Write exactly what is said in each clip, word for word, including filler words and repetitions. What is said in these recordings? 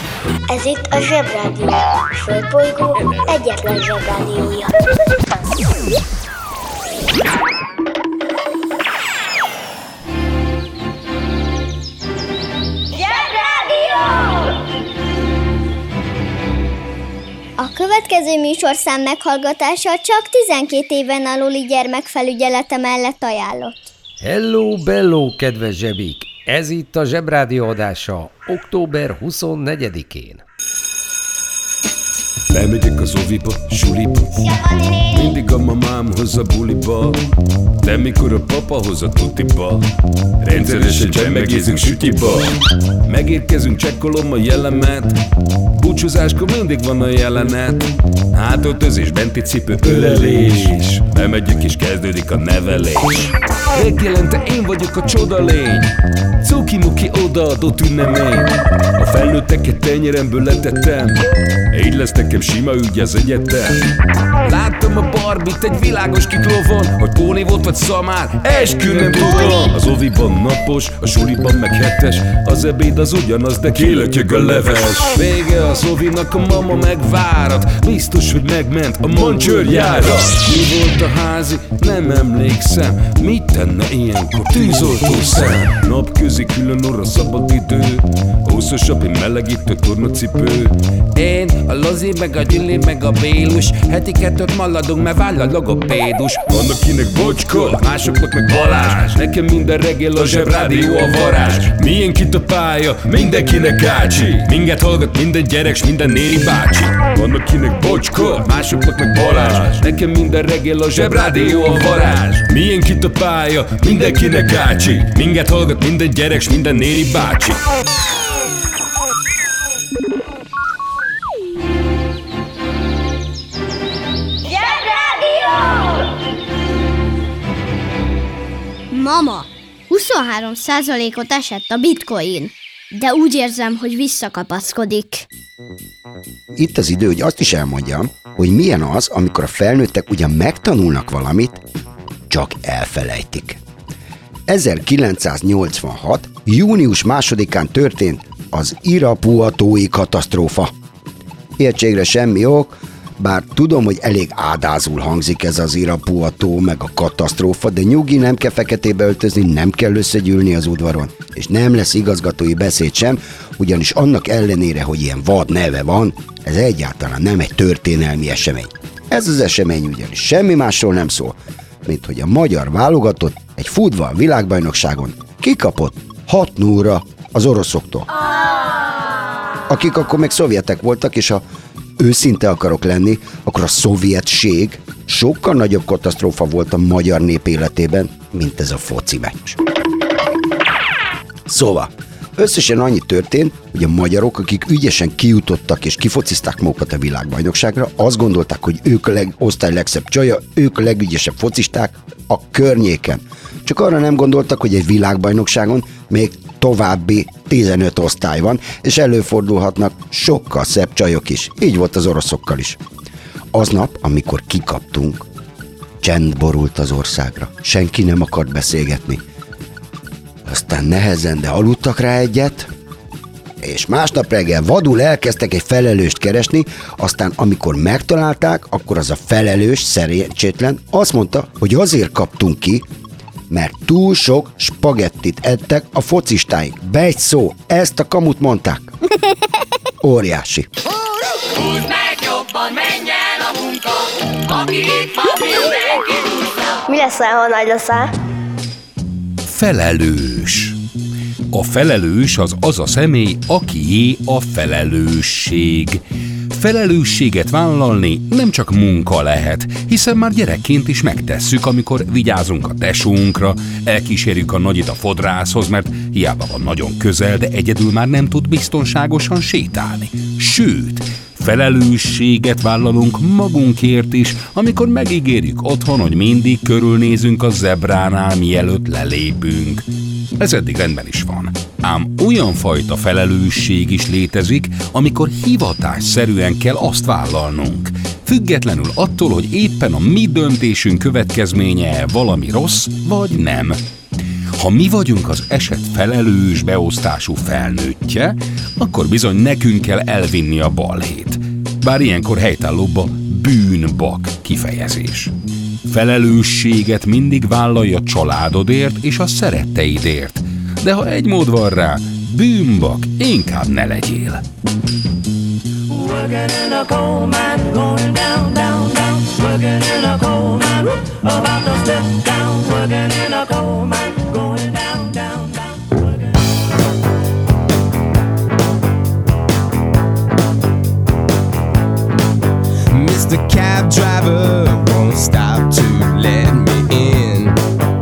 Ez itt a Zsebrádió, a Földbolygó egyetlen Zsebrádiója. Zsebrádió! A következő műsorszám meghallgatása csak tizenkét éven aluli gyermekfelügyelete mellett ajánlott. Hello, bello, kedves zsebik! Ez itt a Zsebrádió adása október huszonnegyedikén. Bemegyek az oviba, suliba, mindig a mamám hoz a buliba, de mikor a papa hoz a tutiba, rendszeresen csemmegézünk sütiba. Megérkezünk, csekkolom a jellemet, búcsúzáskor mindig van a jelenet. Hátöltözés, benti cipő, ölelés, bemegyek és kezdődik a nevelés. Reggelente én vagyok a csoda lény, cuki-muki odaadott ünnemény. A felnőtteket tenyeremből letettem, így lesz nekem sima ügy az egyetem. Láttam a Barbit egy világos kiklovon, hogy Póni volt vagy szamár, eskü nem tudom. Az oviban napos, a suliban meg hetes, az ebéd az ugyanaz, de kilötyög a leves. Vége az ovinak, a mama megvárat, biztos, hogy megment a mancsőrjára. Mi volt a házi? Nem emlékszem, mit tenne ilyenkor tűzoltó szem? Napközi külön orra szabad idő, húszosabb, én melegítő tornacipő. Én, a Lozi, meg a Gyüli, meg a Bélus, heti kettőt maladunk, mert váll a logopédus. Van akinek Bocska, másoknak meg Balázs, nekem minden reggel a Zsebrádió a varázs. Milyen kit a pálya, mindenkinek ácsi, minket hallgat minden gyerek, s minden néri bácsi. Van akinek Bocska, másoknak meg Balázs, nekem minden reggel a Zsebrádió a varázs. Milyen kit a pálya, mindenkinek ácsi, minket hallgat minden gyerek, s minden néri bácsi. Mama, huszonhárom százalékot esett a bitcoin, de úgy érzem, hogy visszakapaszkodik. Itt az idő, hogy azt is elmondjam, hogy milyen az, amikor a felnőttek ugyan megtanulnak valamit, csak elfelejtik. ezerkilencszáznyolcvanhat. június másodikán történt az irapuatói katasztrófa. Értségre semmi ok, bár tudom, hogy elég ádázul hangzik ez az Irapuató meg a katasztrófa, de nyugi, nem kell feketébe öltözni, nem kell összegyűlni az udvaron, és nem lesz igazgatói beszéd sem, ugyanis annak ellenére, hogy ilyen vad neve van, ez egyáltalán nem egy történelmi esemény. Ez az esemény ugyanis semmi másról nem szól, mint hogy a magyar válogatott egy futball világbajnokságon kikapott hat nullra az oroszoktól, akik akkor még szovjetek voltak, és a őszinte akarok lenni, akkor a szovjetség sokkal nagyobb katasztrófa volt a magyar nép életében, mint ez a foci meccs. Szóval, összesen annyi történt, hogy a magyarok, akik ügyesen kijutottak és kifocizták magukat a világbajnokságra, azt gondolták, hogy ők a leg, osztály legszebb csaja, ők a legügyesebb focisták a környéken. Csak arra nem gondoltak, hogy egy világbajnokságon még további tizenöt osztály van, és előfordulhatnak sokkal szebb csajok is. Így volt az oroszokkal is. Aznap, amikor kikaptunk, csend borult az országra. Senki nem akart beszélgetni. Aztán nehezen, de aludtak rá egyet, és másnap reggel vadul elkezdtek egy felelőst keresni, aztán amikor megtalálták, akkor az a felelős, szerencsétlen azt mondta, hogy azért kaptunk ki, mert túl sok spagettit ettek a focistáink. Be egy szó, ezt a kamut mondták. Óriási. Húzd meg jobban, menj el a munka, aki itt van, mindenki húzza. Mi leszel, ha nagy leszel? Felelős. A felelős az az a személy, akié a felelősség. Felelősséget vállalni nem csak munka lehet, hiszen már gyerekként is megtesszük, amikor vigyázunk a tesónkra, elkísérjük a nagyit a fodrászhoz, mert hiába van nagyon közel, de egyedül már nem tud biztonságosan sétálni. Sőt, felelősséget vállalunk magunkért is, amikor megígérjük otthon, hogy mindig körülnézünk a zebránál, mielőtt lelépünk. Ez eddig rendben is van. Ám olyan fajta felelősség is létezik, amikor hivatásszerűen kell azt vállalnunk, függetlenül attól, hogy éppen a mi döntésünk következménye valami rossz vagy nem. Ha mi vagyunk az eset felelős beosztású felnőttje, akkor bizony nekünk kell elvinni a balhét. Bár ilyenkor helytállóbb a bűnbak kifejezés. Felelősséget mindig vállalj a családodért és a szeretteidért, de ha egy mód van rá, bűnbak inkább ne legyél. Working in a coal mine, going down, down, down. Working in a coal mine, about to step down. Working in a coal mine, going down, down, down. Mister Cab Driver won't stop to let me in.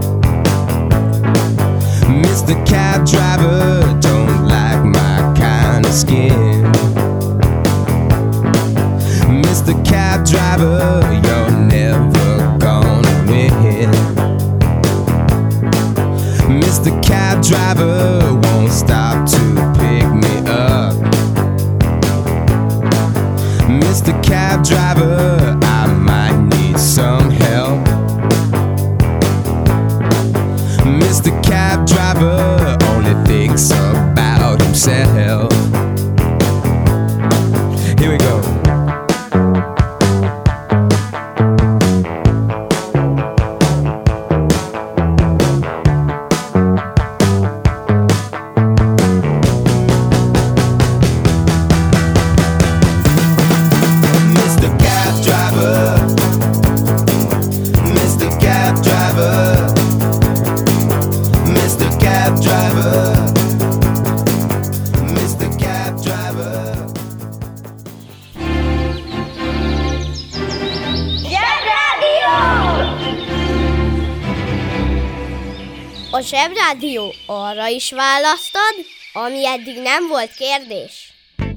Mister Cab Driver don't like my kind of skin. Mister Cab Driver, you're never gonna win. Mister Cab Driver won't stop to pick me up. Mister Cab Driver, I might need some help. Mister Cab Driver only thinks about himself. Here we go. A Zsebrádió arra is választad, ami eddig nem volt kérdés.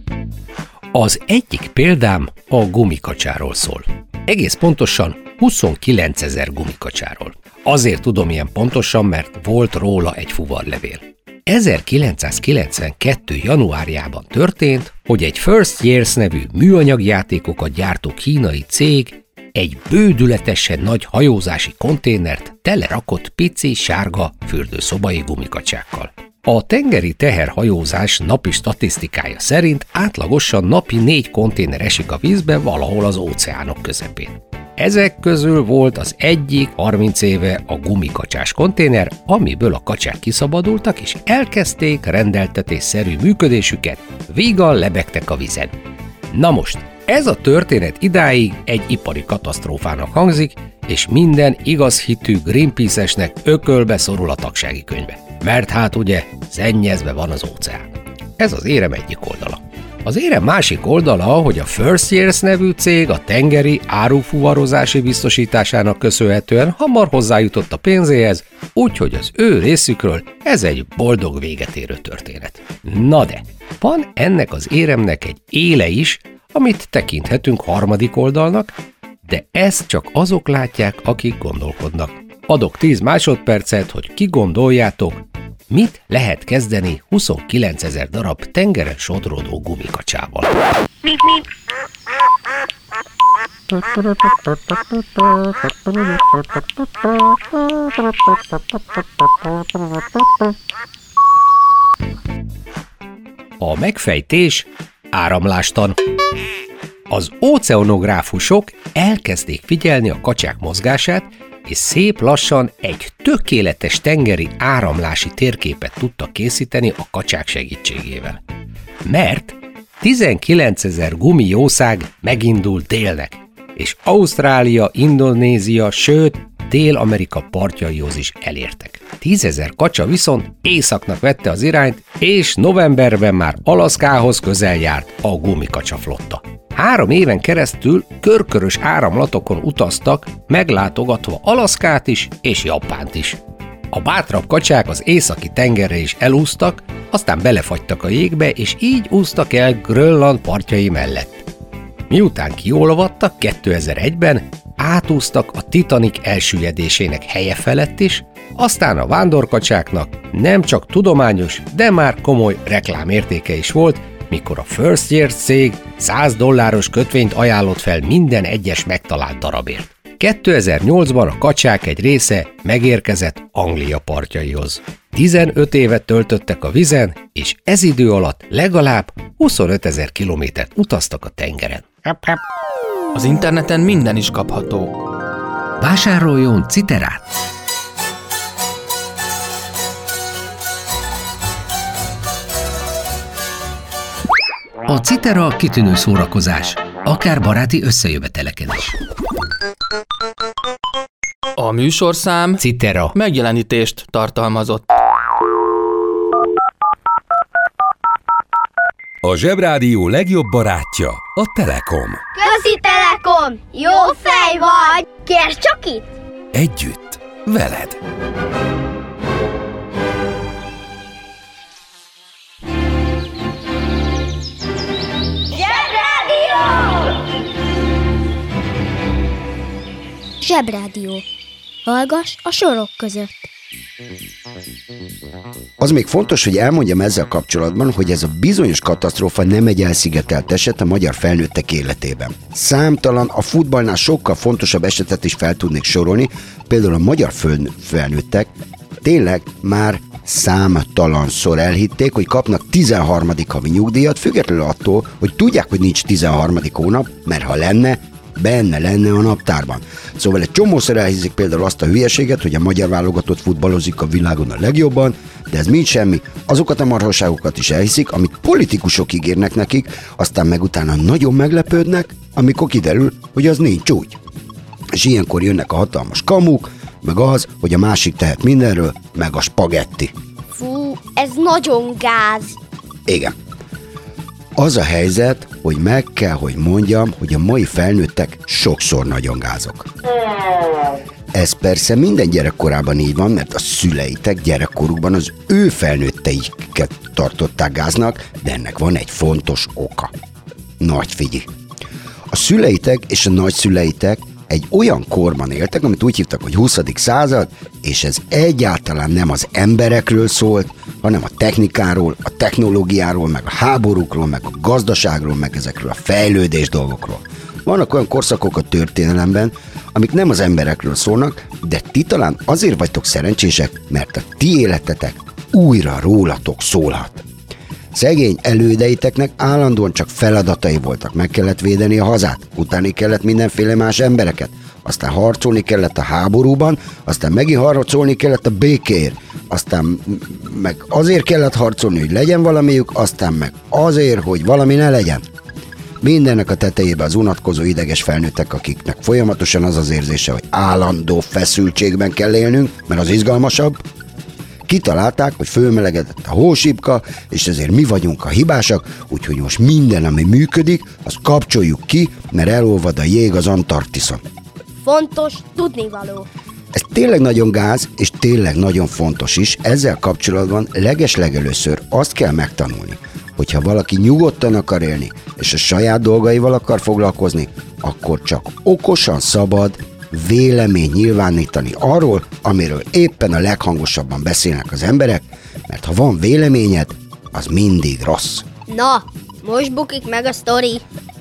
Az egyik példám a gumikacsáról szól. Egész pontosan huszonkilencezer gumikacsáról. Azért tudom ilyen pontosan, mert volt róla egy fuvarlevél. ezerkilencszázkilencvenkettő. januárjában történt, hogy egy First Years nevű műanyagjátékokat gyártó kínai cég egy bődületesen nagy hajózási konténert telerakott pici, sárga fürdőszobai gumikacsákkal. A tengeri teherhajózás napi statisztikája szerint átlagosan napi négy konténer esik a vízbe valahol az óceánok közepén. Ezek közül volt az egyik harminc éve a gumikacsás konténer, amiből a kacsák kiszabadultak és elkezdték rendeltetésszerű működésüket, vígan lebegtek a vízen. Na most, ez a történet idáig egy ipari katasztrófának hangzik, és minden igazhitű Greenpeace-esnek ökölbe szorul a tagsági könyve. Mert hát ugye szennyezve van az óceán. Ez az érem egyik oldala. Az érem másik oldala, hogy a First Years nevű cég a tengeri árufuvarozási biztosításának köszönhetően hamar hozzájutott a pénzéhez, úgyhogy az ő részükről ez egy boldog véget érő történet. Na de, van ennek az éremnek egy éle is, amit tekinthetünk harmadik oldalnak, de ezt csak azok látják, akik gondolkodnak. Adok tíz másodpercet, hogy kigondoljátok, mit lehet kezdeni huszonkilencezer darab tengeren sodródó gumikacsával. A megfejtés áramlástan. Az óceanográfusok elkezdték figyelni a kacsák mozgását, és szép lassan egy tökéletes tengeri áramlási térképet tudtak készíteni a kacsák segítségével. Mert tizenkilencezer gumijószág megindult délnek, és Ausztrália, Indonézia, sőt Dél-Amerika partjaihoz is elértek. Tízezer kacsa viszont északnak vette az irányt, és novemberben már Alaszkához közel járt a gumikacsa flotta. Három éven keresztül körkörös áramlatokon utaztak, meglátogatva Alaszkát is és Japánt is. A bátrabb kacsák az északi tengerre is elúsztak, aztán belefagytak a jégbe, és így úsztak el Grönland partjai mellett. Miután kiolvadtak kétezer-egyben, átúztak a Titanic elsüllyedésének helye felett is, aztán a vándorkacsáknak nem csak tudományos, de már komoly reklámértéke is volt, mikor a First Years cég száz dolláros kötvényt ajánlott fel minden egyes megtalált darabért. kétezer-nyolcban a kacsák egy része megérkezett Anglia partjaihoz. tizenöt évet töltöttek a vizen, és ez idő alatt legalább huszonötezer kilométert utaztak a tengeren. Az interneten minden is kapható. Vásároljon citerát! A citera kitűnő szórakozás, akár baráti összejöveteleken is. A műsorszám Citera megjelenítést tartalmazott. A Zsebrádió legjobb barátja a Telekom. Közi Telekom! Jó fej vagy! Kérd csak itt! Együtt, veled. Zsebrádió. Hallgass a sorok között. Az még fontos, hogy elmondjam ezzel kapcsolatban, hogy ez a bizonyos katasztrófa nem egy elszigetelt eset a magyar felnőttek életében. Számtalan, a futballnál sokkal fontosabb esetet is fel tudnék sorolni, például a magyar felnőttek tényleg már számtalanszor elhitték, hogy kapnak tizenharmadik havi nyugdíjat, függetlenül attól, hogy tudják, hogy nincs tizenharmadik hónap, mert ha lenne, benne lenne a naptárban. Szóval egy csomószor elhiszik például azt a hülyeséget, hogy a magyar válogatott futballozik a világon a legjobban, de ez mind semmi. Azokat a marhaságokat is elhiszik, amit politikusok ígérnek nekik, aztán meg utána nagyon meglepődnek, amikor kiderül, hogy az nincs úgy. És ilyenkor jönnek a hatalmas kamuk, meg az, hogy a másik tehet mindenről, meg a spagetti. Fú, ez nagyon gáz. Igen. Az a helyzet, hogy meg kell, hogy mondjam, hogy a mai felnőttek sokszor nagyon gázok. Ez persze minden gyerekkorában így van, mert a szüleitek gyerekkorukban az ő felnőtteiket tartották gáznak, de ennek van egy fontos oka. Nagy figyelj! A szüleitek és a nagyszüleitek egy olyan korban éltek, amit úgy hívtak, hogy huszadik század, és ez egyáltalán nem az emberekről szólt, hanem a technikáról, a technológiáról, meg a háborúkról, meg a gazdaságról, meg ezekről a fejlődés dolgokról. Vannak olyan korszakok a történelemben, amik nem az emberekről szólnak, de ti talán azért vagytok szerencsések, mert a ti életetek újra rólatok szólhat. Szegény elődeiteknek állandóan csak feladatai voltak, meg kellett védeni a hazát, utáni kellett mindenféle más embereket, aztán harcolni kellett a háborúban, aztán megint harcolni kellett a békéért, aztán meg azért kellett harcolni, hogy legyen valamiük, aztán meg azért, hogy valami ne legyen. Mindennek a tetejében az unatkozó ideges felnőttek, akiknek folyamatosan az az érzése, hogy állandó feszültségben kell élnünk, mert az izgalmasabb. Kitalálták, hogy fölmelegedett a hósipka, és ezért mi vagyunk a hibásak, úgyhogy most minden, ami működik, azt kapcsoljuk ki, mert elolvad a jég az Antarktiszon. Fontos tudnivaló. Ez tényleg nagyon gáz, és tényleg nagyon fontos is. Ezzel kapcsolatban legeslegelőször azt kell megtanulni, hogyha valaki nyugodtan akar élni, és a saját dolgaival akar foglalkozni, akkor csak okosan szabad vélemény nyilvánítani arról, amiről éppen a leghangosabban beszélnek az emberek, mert ha van véleményed, az mindig rossz. Na, most bukik meg a sztori.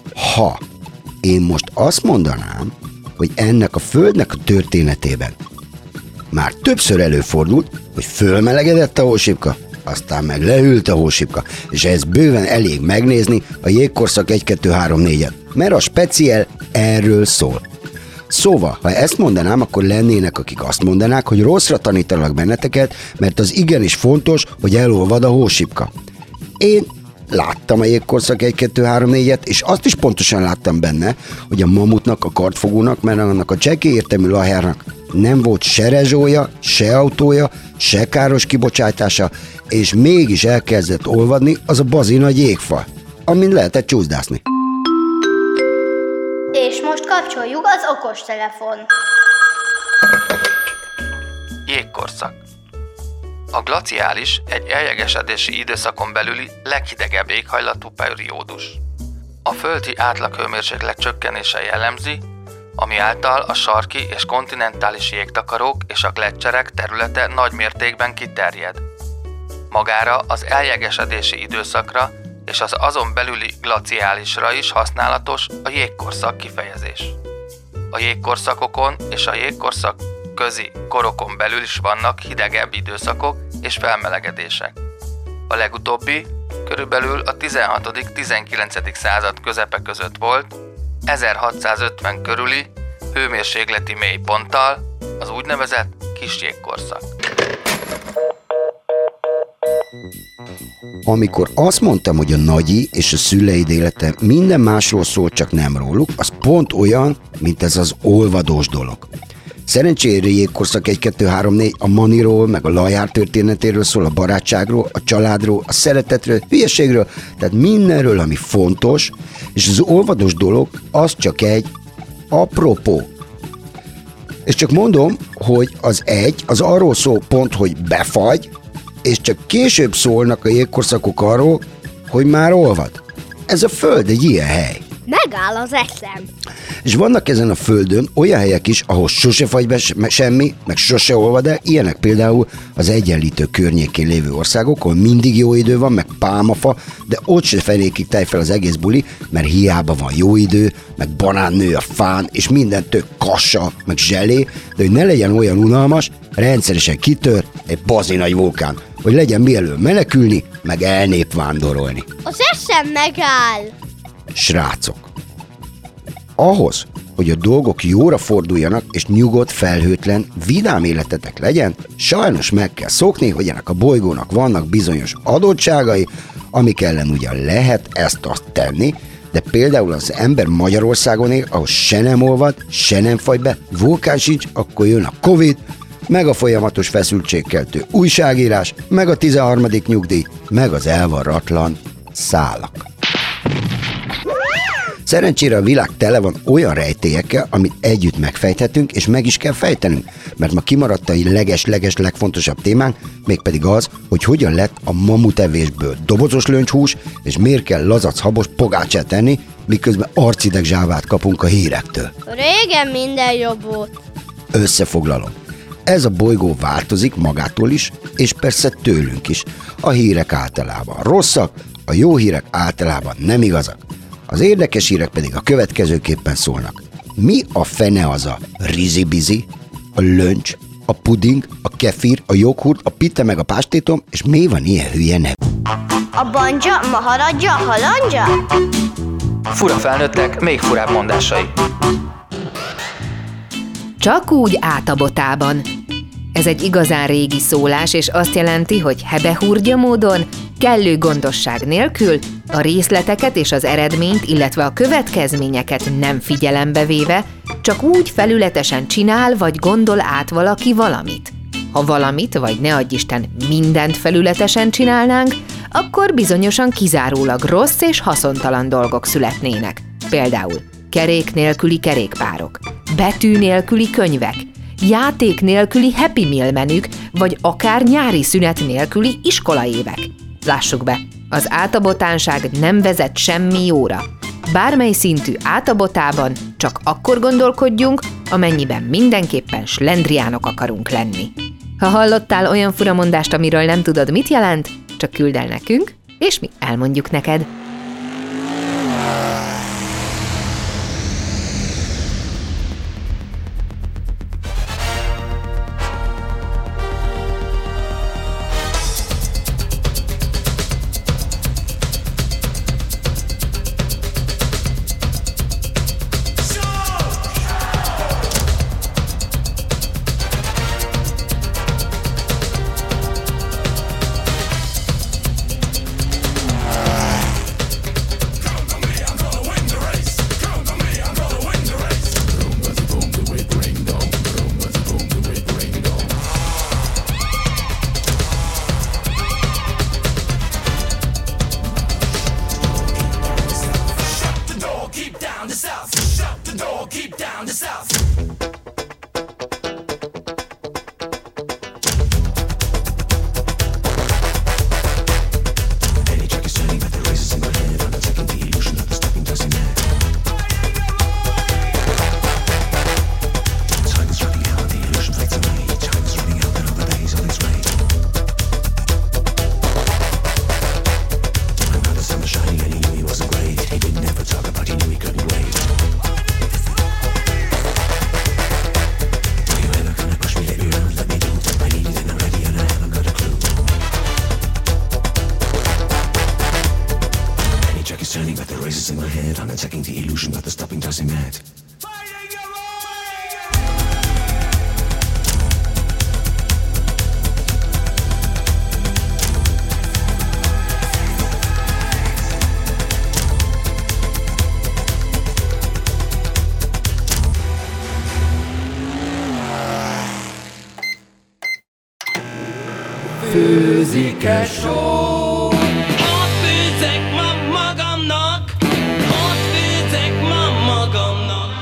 Ha én most azt mondanám, hogy ennek a földnek a történetében már többször előfordult, hogy fölmelegedett a hósipka, aztán meg lehűlt a hósipka, és ez bőven elég megnézni a jégkorszak egy kettő három négyet, mert a speciál erről szól. Szóval, ha ezt mondanám, akkor lennének, akik azt mondanák, hogy rosszra tanítanak benneteket, mert az igenis fontos, hogy elolvad a hósipka. Én láttam a jégkorszak egy kettő három négyet, és azt is pontosan láttam benne, hogy a mamutnak, a kartfogónak, mert annak a csekély értelmű lahárnak nem volt se rezsója, se autója, se káros kibocsátása, és mégis elkezdett olvadni az a bazi nagy jégfal, amin lehetett csúszdászni. És most kapcsoljuk az okostelefon. Jégkorszak. A glaciális egy eljegesedési időszakon belüli leghidegebb éghajlatú periódus. A földi átlaghőmérséklet csökkenése jellemzi, ami által a sarki és kontinentális jégtakarók és a gleccserek területe nagy mértékben kiterjed. Magára az eljegesedési időszakra és az azon belüli glaciálisra is használatos a jégkorszak kifejezés. A jégkorszakokon és a jégkorszak közi korokon belül is vannak hidegebb időszakok és felmelegedések. A legutóbbi körülbelül a tizenhatodik-tizenkilencedik század közepe között volt, ezerhatszázötven körüli hőmérsékleti mélyponttal, az úgynevezett kis jégkorszak. Amikor azt mondtam, hogy a nagyi és a szüleid élete minden másról szól, csak nem róluk, az pont olyan, mint ez az olvadós dolog. Szerencsére jégkorszak egy kettő három négy a maniról, meg a lajár történetéről szól, a barátságról, a családról, a szeretetről, a hülyeségről, tehát mindenről, ami fontos, és az olvadós dolog az csak egy apropó. És csak mondom, hogy az egy, az arról szól pont, hogy befagy, és csak később szólnak a jégkorszakok arról, hogy már olvad. Ez a Föld egy ilyen hely. Megáll az eszem. És vannak ezen a Földön olyan helyek is, ahol sose fagy be semmi, meg sose olvad el, ilyenek például az Egyenlítő környékén lévő országok, ahol mindig jó idő van, meg pálmafa, de ott se felékig tej fel az egész buli, mert hiába van jó idő, meg banán nő a fán, és minden tök kassa, meg zselé, de hogy ne legyen olyan unalmas, rendszeresen kitör egy bazi nagy vulkán, hogy legyen mielőbb menekülni, meg elnép vándorolni. Az eszem megáll. Srácok, ahhoz, hogy a dolgok jóra forduljanak, és nyugodt, felhőtlen, vidám életetek legyen, sajnos meg kell szokni, hogy ennek a bolygónak vannak bizonyos adottságai, amik ellen ugyan lehet ezt-azt tenni, de például az ember Magyarországon él, ahol se nem olvad, se nem fagy be, vulkán sincs, akkor jön a Covid, meg a folyamatos feszültségkeltő újságírás, meg a tizenharmadik nyugdíj, meg az elvarratlan szálak. Szerencsére a világ tele van olyan rejtélyekkel, amit együtt megfejthetünk, és meg is kell fejtenünk, mert ma kimaradt a leges-leges legfontosabb témánk, mégpedig az, hogy hogyan lett a mamutevésből dobozos löncshús, és miért kell lazac-habos pogácsát tenni, miközben arcideg zsávát kapunk a hírektől. Régen minden jobb volt. Összefoglalom. Ez a bolygó változik magától is, és persze tőlünk is. A hírek általában rosszak, a jó hírek általában nem igazak. Az érdekes hírek pedig a következőképpen szólnak. Mi a fene az a rizibizi, a löncs, a puding, a kefir, a joghurt, a pitta meg a pástétom, és mi van ilyen hülye nev? A banja, maharadja, halandja? Fura felnőttek, még furább mondásai. Csak úgy át a botában. Ez egy igazán régi szólás, és azt jelenti, hogy hebehúrgya módon, kellő gondosság nélkül, a részleteket és az eredményt, illetve a következményeket nem figyelembe véve, csak úgy felületesen csinál vagy gondol át valaki valamit. Ha valamit, vagy ne adj Isten, mindent felületesen csinálnánk, akkor bizonyosan kizárólag rossz és haszontalan dolgok születnének. Például kerék nélküli kerékpárok, betű nélküli könyvek, játék nélküli Happy Meal menük, vagy akár nyári szünet nélküli iskolaévek. Lássuk be, az átabotánság nem vezet semmi jóra. Bármely szintű átabotában csak akkor gondolkodjunk, amennyiben mindenképpen slendriánok akarunk lenni. Ha hallottál olyan furamondást, amiről nem tudod, mit jelent, csak küld el nekünk, és mi elmondjuk neked. is turning, but the razors in my head. I'm attacking the illusion, but the stopping drives me mad. Főzike show. Ott főzek ma magamnak, ott főzek ma magamnak.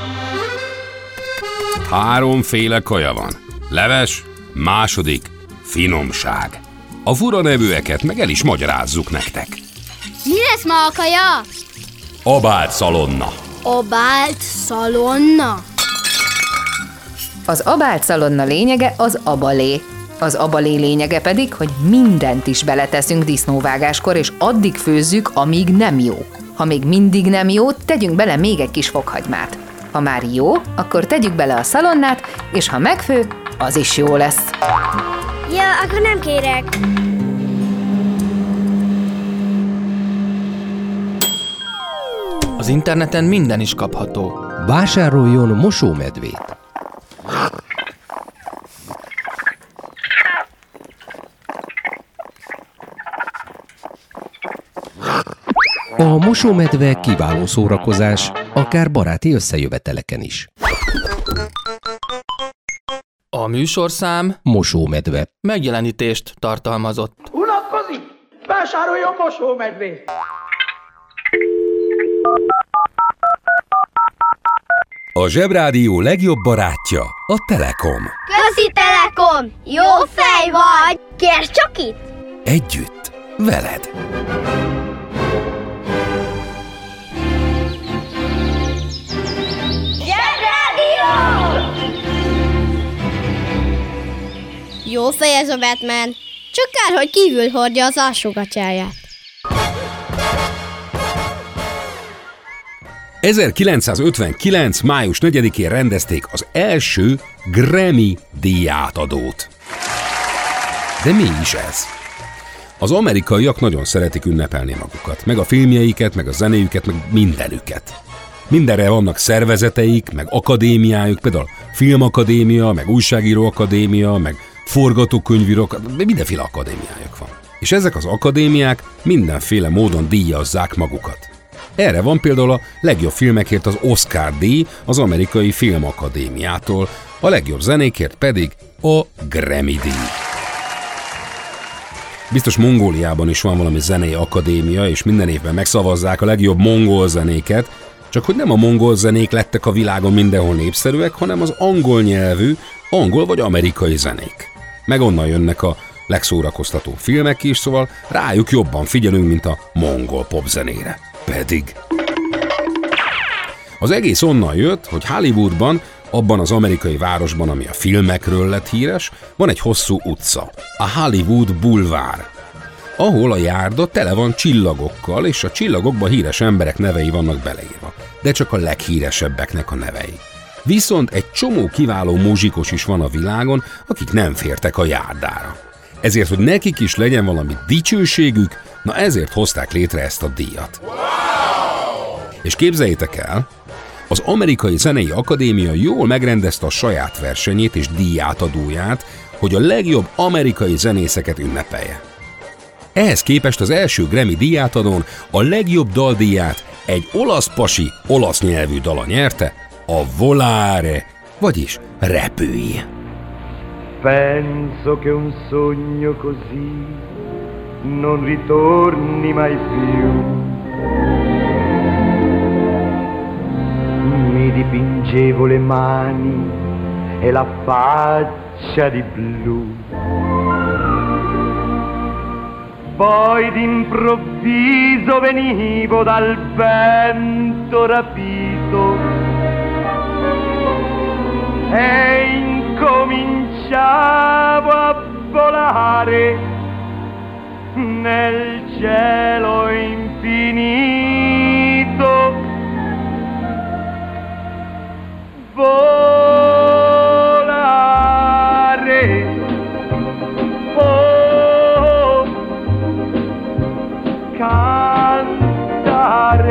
Háromféle kaja van. Leves, második, finomság. A fura nevűeket meg el is magyarázzuk nektek. Mi lesz ma a kaja? Abált szalonna. Abált szalonna? Az abált szalonna lényege az abalé. Az abalé lényege pedig, hogy mindent is beleteszünk disznóvágáskor, és addig főzzük, amíg nem jó. Ha még mindig nem jó, tegyünk bele még egy kis fokhagymát. Ha már jó, akkor tegyük bele a szalonnát, és ha megfő, az is jó lesz. Ja, akkor nem kérek. Az interneten minden is kapható. Vásároljon mosómedvét. A mosómedve kiváló szórakozás, akár baráti összejöveteleken is. A műsorszám Mosómedve megjelenítést tartalmazott. Unatkozik? Vásároljon mosómedvét! A Zsebrádió legjobb barátja a Telekom. Köszi Telekom! Jó fej vagy! Kérd csak itt! Együtt, veled! Jó fej ez a Batman, csak kár, hogy kívül hordja az alsógatyáját. ezerkilencszázötvenkilenc. május negyedikén rendezték az első Grammy díjátadót. De mi is ez? Az amerikaiak nagyon szeretik ünnepelni magukat, meg a filmjeiket, meg a zenéjüket, meg mindenüket. Mindenre vannak szervezeteik, meg akadémiájuk, például filmakadémia, meg újságíróakadémia, meg forgatókönyvírok, mindenféle akadémiájuk van. És ezek az akadémiák mindenféle módon díjazzák magukat. Erre van például a legjobb filmekért az Oscar-díj az amerikai filmakadémiától, a legjobb zenékért pedig a Grammy-díj. Biztos Mongóliában is van valami zenei akadémia, és minden évben megszavazzák a legjobb mongol zenéket, csak hogy nem a mongol zenék lettek a világon mindenhol népszerűek, hanem az angol nyelvű, angol vagy amerikai zenék. Meg onnan jönnek a legszórakoztatóbb filmek is, szóval rájuk jobban figyelünk, mint a mongol popzenére. Pedig az egész onnan jött, hogy Hollywoodban, abban az amerikai városban, ami a filmekről lett híres, van egy hosszú utca, a Hollywood Boulevard, ahol a járda tele van csillagokkal, és a csillagokban híres emberek nevei vannak beleírva, de csak a leghíresebbeknek a nevei. Viszont egy csomó kiváló muzsikus is van a világon, akik nem fértek a járdára. Ezért, hogy nekik is legyen valami dicsőségük, na ezért hozták létre ezt a díjat. Wow! És képzeljétek el, az Amerikai Zenei Akadémia jól megrendezte a saját versenyét és díjátadóját, hogy a legjobb amerikai zenészeket ünnepelje. Ehhez képest az első Grammy díjátadón a legjobb daldíját egy olasz pasi, olasz nyelvű dala nyerte, a Volare, vagyis Repülj. Penso che un sogno così non ritorni mai più. Mi dipingevo le mani e la faccia di blu. Poi d'improvviso venivo dal vento rapito e incominciavo a volare nel cielo infinito. Volare, oh, cantare.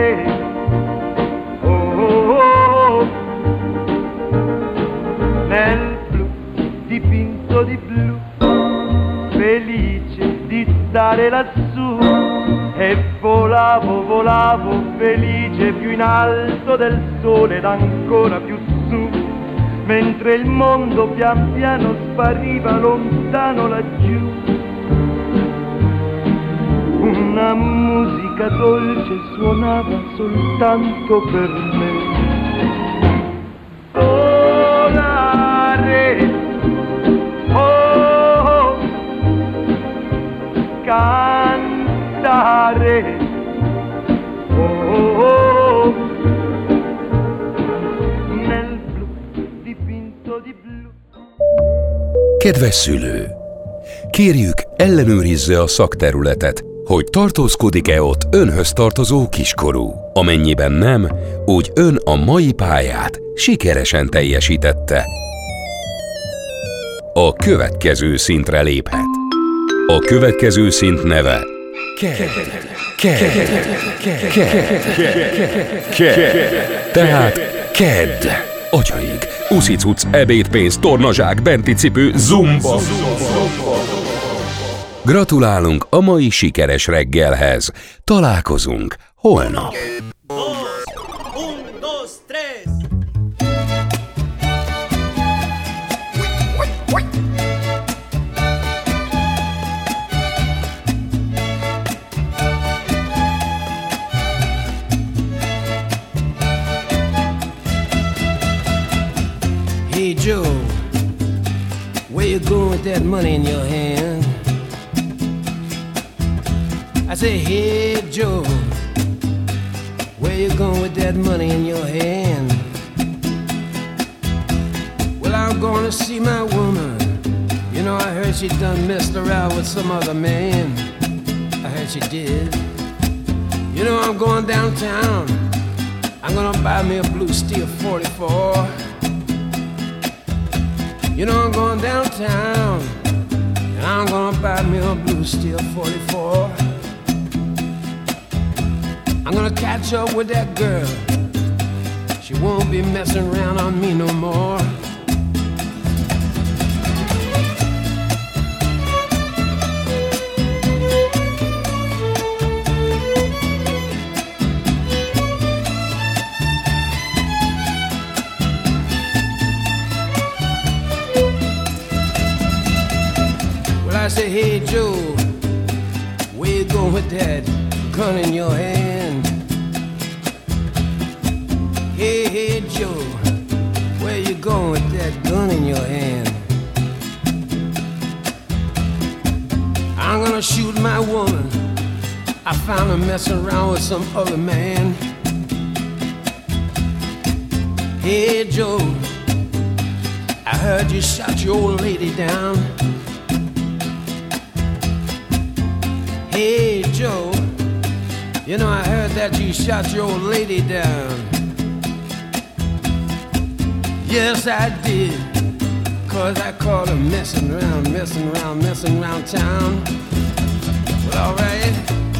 andare lassù e volavo, volavo felice più in alto del sole ed ancora più su, mentre il mondo pian piano spariva lontano laggiù. Una musica dolce suonava soltanto per me. Volare, oh, oh, cantare, oh, oh, oh, nel blu dipinto di blu. Kedves szülő! Kérjük, ellenőrizze a szakterületet, hogy tartózkodik-e ott önhöz tartozó kiskorú. Amennyiben nem, úgy ön a mai pályát sikeresen teljesítette. A következő szintre léphet. A következő szint neve Ked. Ked. Ked. Ked. Tehát Ked. Atyaik, uszicuc, ebédpénz, tornazsák, benti cipő, zumba. Gratulálunk a mai sikeres reggelhez. Találkozunk holnap. Hey Joe, where you going with that money in your hand? I say, hey Joe, where you going with that money in your hand? Well, I'm going to see my woman. You know, I heard she done messed around with some other man. I heard she did. You know, I'm going downtown. I'm gonna buy me a blue steel forty-four. You know, I'm going downtown, and I'm gonna buy me a blue steel forty-four. I'm gonna catch up with that girl. She won't be messing around on me no more. Well, I say, hey Joe, where you going with that gun in your hand? Hey, hey, Joe, where you going with that gun in your hand? I'm gonna shoot my woman. I found her messing around with some other man. Hey, Joe, I heard you shot your old lady down. Hey, Joe, you know, I heard that you shot your old lady down. Yes, I did, 'cause I caught her messing around, messing around, messing around town. Well, all right.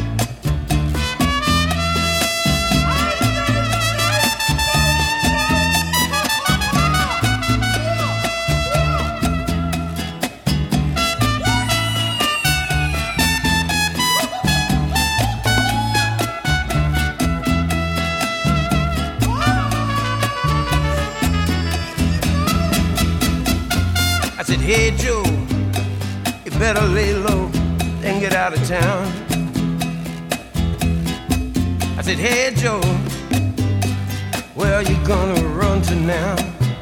Hey Joe, you better lay low and get out of town. I said, hey Joe, where are you gonna run to now?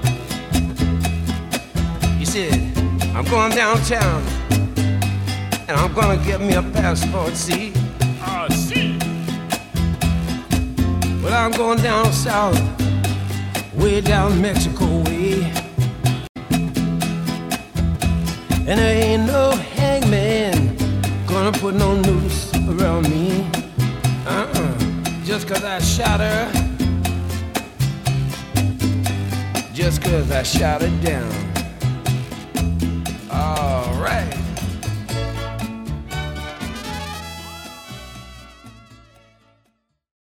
He said, I'm going downtown and I'm gonna get me a passport, see? Ah, uh, see. Well, I'm going down south, way down Mexico way. And there ain't no hangman gonna put no noose around me. Uh-uh. Just 'cause I shot her. Just 'cause I shot her down.